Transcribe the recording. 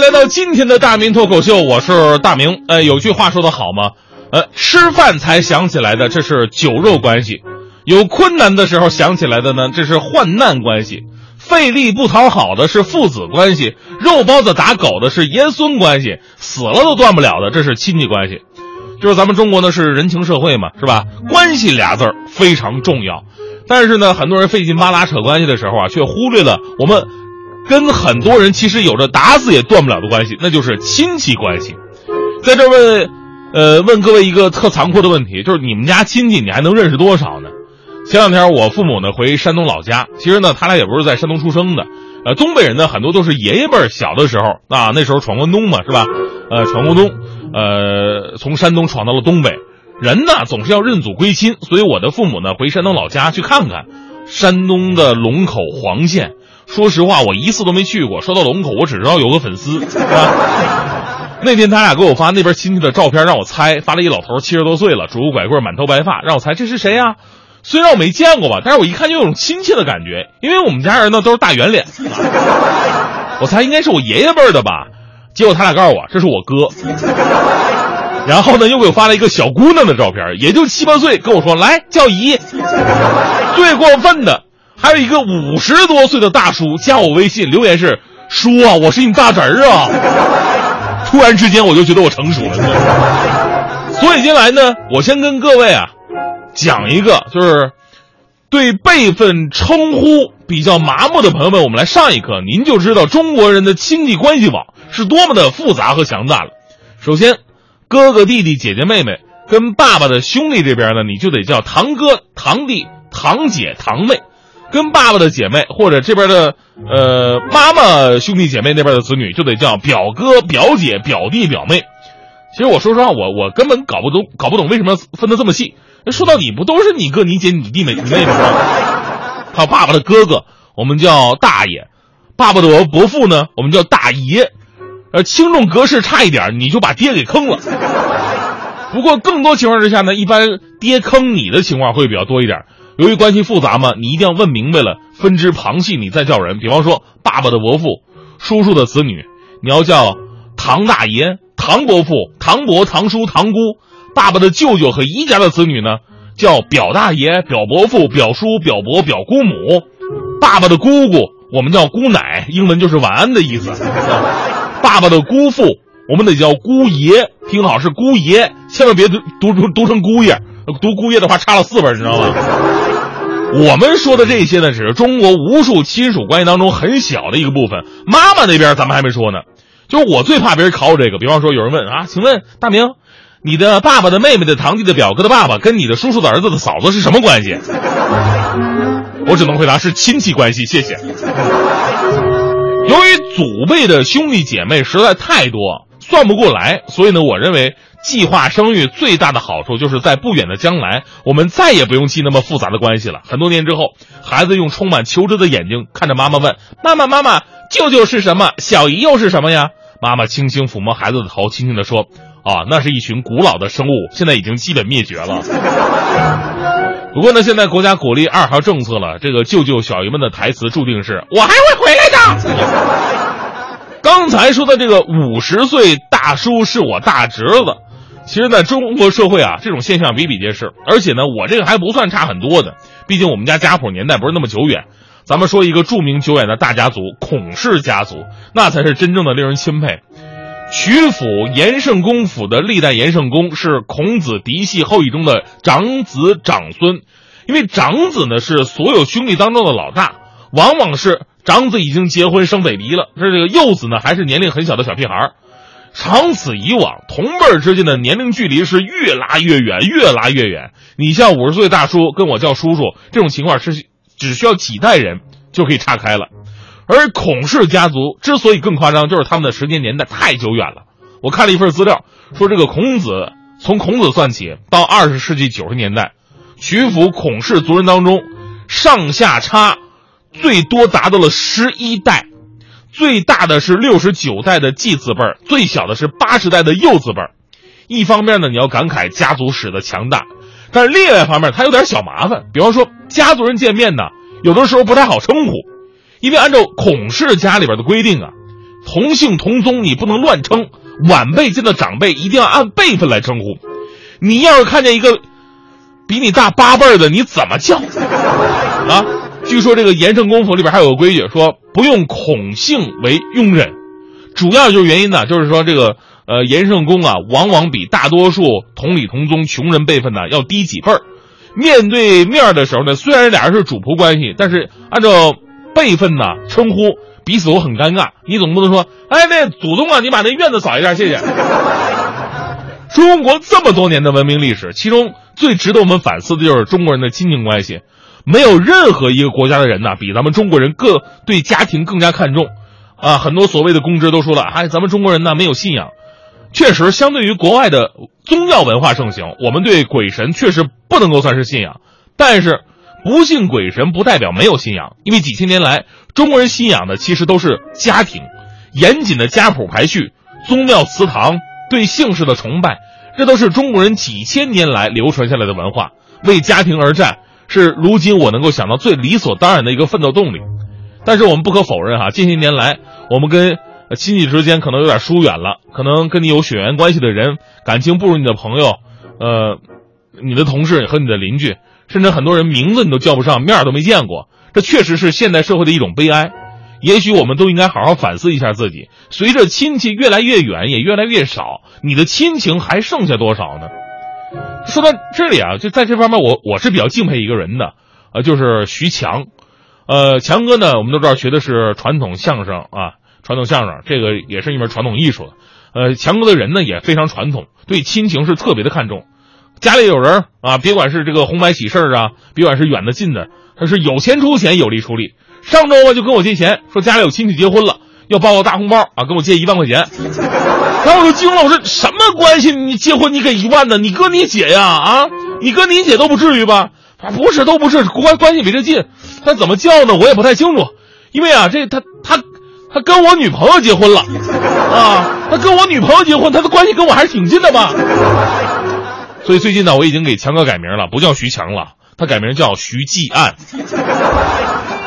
来到今天的大明脱口秀，我是大明。有句话说得好吗？吃饭才想起来的，这是酒肉关系；有困难的时候想起来的呢，这是患难关系；费力不讨好的是父子关系；肉包子打狗的是爷孙关系；死了都断不了的，这是亲戚关系。就是咱们中国呢是人情社会嘛，是吧？关系俩字儿非常重要。但是呢，很多人费劲巴拉扯关系的时候啊，却忽略了我们跟很多人其实有着打死也断不了的关系，那就是亲戚关系。在这问各位一个特残酷的问题，就是你们家亲戚你还能认识多少呢？前两天我父母呢回山东老家，其实呢他俩也不是在山东出生的，东北人呢很多都是爷爷辈儿小的时候啊，那时候闯关东嘛，是吧？闯关东，从山东闯到了东北。人呢总是要认祖归亲，所以我的父母呢回山东老家去看看山东的龙口黄县。说实话，我一次都没去过。说到龙口，我只知道有个粉丝，是吧？那天他俩给我发那边亲戚的照片，让我猜，发了一老头70多岁了，拄个拐棍，满头白发，让我猜这是谁啊？虽然我没见过吧，但是我一看就有种亲切的感觉，因为我们家人呢都是大圆脸，我猜应该是我爷爷辈的吧。结果他俩告诉我这是我哥，然后呢又给我发了一个小姑娘的照片，也就7、8岁，跟我说来叫姨。最过分的还有一个50多岁的大叔加我微信，留言是叔啊，我是你大侄儿啊。突然之间我就觉得我成熟了。所以接下来呢，我先跟各位啊讲一个，就是对辈分称呼比较麻木的朋友们，我们来上一课，您就知道中国人的亲戚关系网是多么的复杂和强大了。首先，哥哥弟弟姐姐妹妹跟爸爸的兄弟这边呢，你就得叫堂哥堂弟堂姐堂妹，跟爸爸的姐妹或者这边的妈妈兄弟姐妹那边的子女就得叫表哥表姐表弟表妹。其实我说实话，我根本搞不懂为什么分得这么细。说到底不都是你哥你姐你弟妹妹吗？还有爸爸的哥哥我们叫大爷，爸爸的伯父呢我们叫大爷。轻重格式差一点你就把爹给坑了。不过更多情况之下呢，一般爹坑你的情况会比较多一点。由于关系复杂嘛，你一定要问明白了，分支旁系你再叫人。比方说爸爸的伯父叔叔的子女，你要叫堂大爷堂伯父堂伯堂叔堂姑。爸爸的舅舅和姨家的子女呢叫表大爷表伯父表叔表伯表姑母。爸爸的姑姑我们叫姑奶，英文就是晚安的意思。爸爸的姑父我们得叫姑爷，听好是姑爷，千万别读成姑爷，读姑爷的话差了4本，你知道吗？我们说的这些呢，只是中国无数亲属关系当中很小的一个部分。妈妈那边咱们还没说呢，就是我最怕别人考我这个。比方说有人问啊，请问大明，你的爸爸的妹妹的堂弟的表哥的爸爸跟你的叔叔的儿子的嫂子是什么关系？我只能回答是亲戚关系，谢谢。由于祖辈的兄弟姐妹实在太多，算不过来，所以呢，我认为计划生育最大的好处就是在不远的将来，我们再也不用记那么复杂的关系了。很多年之后，孩子用充满求知的眼睛看着妈妈问：妈妈，舅舅是什么？小姨又是什么呀？妈妈轻轻抚摸孩子的头，轻轻地说：啊，那是一群古老的生物，现在已经基本灭绝了。不过呢，现在国家鼓励2孩政策了，这个舅舅小姨们的台词注定是我还会回来的。刚才说的这个50岁大叔是我大侄子，其实在中国社会啊，这种现象比比皆是。而且呢，我这个还不算差很多的，毕竟我们家家谱年代不是那么久远。咱们说一个著名久远的大家族孔氏家族，那才是真正的令人钦佩。曲阜延圣公府的历代延圣公是孔子嫡系后裔中的长子长孙，因为长子呢是所有兄弟当中的老大，往往是长子已经结婚生 baby 了，这个幼子呢还是年龄很小的小屁孩。长此以往，同辈之间的年龄距离是越拉越远，越拉越远。你像50岁大叔跟我叫叔叔，这种情况是只需要几代人就可以岔开了。而孔氏家族之所以更夸张，就是他们的时间年代太久远了。我看了一份资料，说这个从孔子算起到20世纪90年代，曲阜孔氏族人当中上下差最多达到了11代，最大的是69代的继子辈，最小的是80代的幼子辈。一方面呢，你要感慨家族史的强大，但是另外一方面它有点小麻烦。比方说家族人见面呢，有的时候不太好称呼，因为按照孔氏家里边的规定啊， 同姓同宗你不能乱称，晚辈间的长辈一定要按辈分来称呼。你要是看见一个比你大8辈的，你怎么叫啊？据说这个严圣公府里边还有个规矩，说不用孔姓为庸人，主要就是原因呢，就是说这个严圣公啊，往往比大多数同理同宗穷人辈分呢要低几辈儿。面对面的时候呢，虽然俩人是主仆关系，但是按照辈分呢称呼，彼此都很尴尬。你总不能说，哎，那祖宗啊，你把那院子扫一下，谢谢。中国这么多年的文明历史，其中最值得我们反思的就是中国人的亲情关系。没有任何一个国家的人呢，比咱们中国人对家庭更加看重啊！很多所谓的公知都说了，哎，咱们中国人呢没有信仰。确实，相对于国外的宗教文化盛行，我们对鬼神确实不能够算是信仰。但是，不信鬼神不代表没有信仰，因为几千年来，中国人信仰的其实都是家庭，严谨的家谱排序、宗庙祠堂、对姓氏的崇拜，这都是中国人几千年来流传下来的文化。为家庭而战，是如今我能够想到最理所当然的一个奋斗动力。但是我们不可否认哈，近些年来我们跟亲戚之间可能有点疏远了，可能跟你有血缘关系的人，感情不如你的朋友，你的同事和你的邻居，甚至很多人名字你都叫不上，面都没见过。这确实是现代社会的一种悲哀。也许我们都应该好好反思一下自己，随着亲戚越来越远，也越来越少，你的亲情还剩下多少呢？说到这里啊，就在这方面我是比较敬佩一个人的，就是徐强。强哥呢，我们都知道学的是传统相声啊，传统相声这个也是一门传统艺术的。强哥的人呢也非常传统，对亲情是特别的看重。家里有人啊，别管是这个红白喜事啊，别管是远的近的，他是有钱出钱，有力出力。上周就跟我借钱，说家里有亲戚结婚了，要包个大红包啊，跟我借1万块钱。然后我就惊了，我说什么关系？你结婚你给1万呢？你哥你姐呀啊，你哥你姐都不至于吧？不是，都不是，关系比这近。他怎么叫呢？我也不太清楚，因为啊，他跟我女朋友结婚了啊，他跟我女朋友结婚，他的关系跟我还是挺近的吧。所以最近呢，我已经给强哥改名了，不叫徐强了，他改名叫徐继案。